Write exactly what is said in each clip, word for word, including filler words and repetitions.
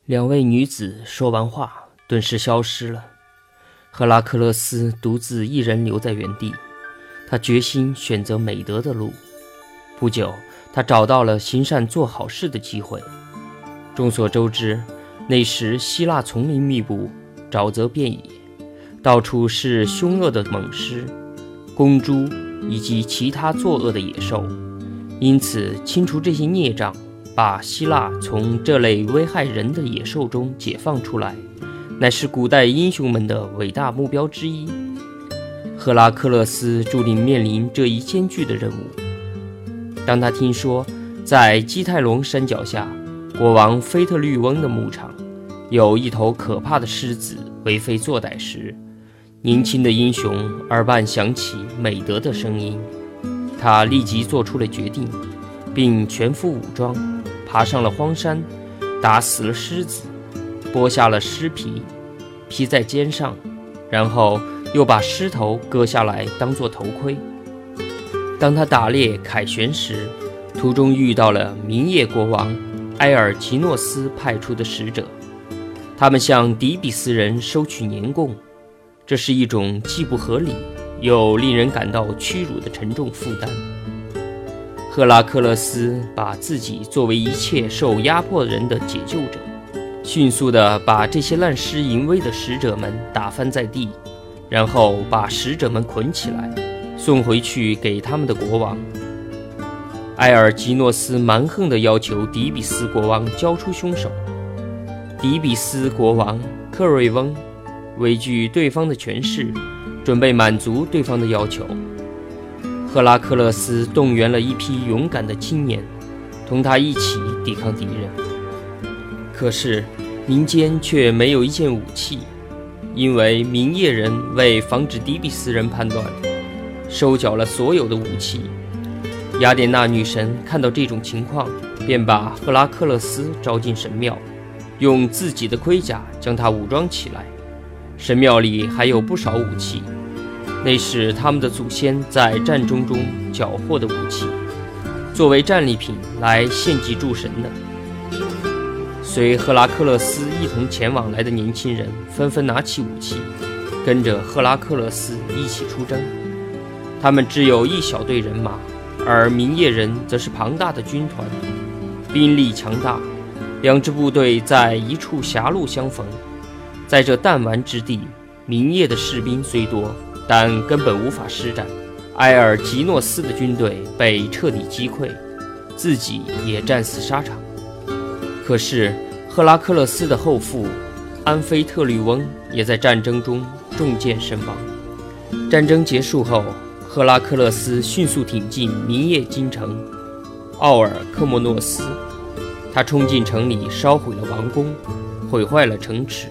两位女子说完话，顿时消失了。赫拉克勒斯独自一人留在原地，他决心选择美德的路。不久，他找到了行善做好事的机会。众所周知，那时希腊丛林密布，沼泽遍野，到处是凶恶的猛狮、公猪以及其他作恶的野兽，因此清除这些孽障，把希腊从这类危害人的野兽中解放出来，乃是古代英雄们的伟大目标之一。赫拉克勒斯注定面临这一艰巨的任务。当他听说在基泰隆山脚下国王菲特律翁的牧场有一头可怕的狮子为非作歹时，年轻的英雄耳畔响起美德的声音。他立即做出了决定，并全副武装爬上了荒山，打死了狮子，剥下了狮皮，披在肩上，然后又把狮头割下来当作头盔。当他打猎凯旋时，途中遇到了冥夜国王埃尔吉诺斯派出的使者，他们向底比斯人收取年贡，这是一种既不合理又令人感到屈辱的沉重负担。赫拉克勒斯把自己作为一切受压迫人的解救者，迅速地把这些滥施淫威的使者们打翻在地，然后把使者们捆起来，送回去给他们的国王。埃尔吉诺斯蛮横地要求底比斯国王交出凶手。底比斯国王克瑞翁畏惧对方的权势，准备满足对方的要求。赫拉克勒斯动员了一批勇敢的青年，同他一起抵抗敌人。可是民间却没有一件武器，因为冥夜人为防止底比斯人叛乱，收缴了所有的武器。雅典娜女神看到这种情况，便把赫拉克勒斯招进神庙，用自己的盔甲将他武装起来。神庙里还有不少武器，那是他们的祖先在战争中缴获的武器，作为战利品来献祭诸神的。随赫拉克勒斯一同前往来的年轻人纷纷拿起武器，跟着赫拉克勒斯一起出征。他们只有一小队人马，而冥夜人则是庞大的军团，兵力强大，两支部队在一处狭路相逢。在这弹丸之地，冥夜的士兵虽多，但根本无法施展。埃尔吉诺斯的军队被彻底击溃，自己也战死沙场。可是赫拉克勒斯的后父安菲特律翁也在战争中中箭身亡。战争结束后，赫拉克勒斯迅速挺进冥夜京城奥尔科莫诺斯，他冲进城里，烧毁了王宫，毁坏了城池。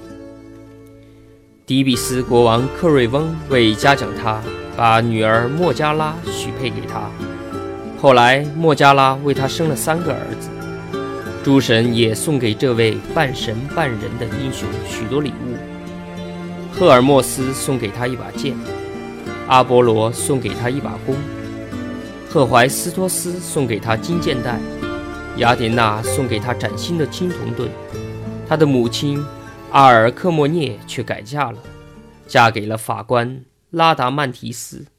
底比斯国王克瑞翁为嘉奖他，把女儿莫加拉许配给他。后来莫加拉为他生了三个儿子。诸神也送给这位半神半人的英雄许多礼物。赫尔墨斯送给他一把剑，阿波罗送给他一把弓，赫怀斯托斯送给他金箭带，雅典娜送给他崭新的青铜盾。他的母亲阿尔克莫涅却改嫁了，嫁给了法官拉达曼提斯。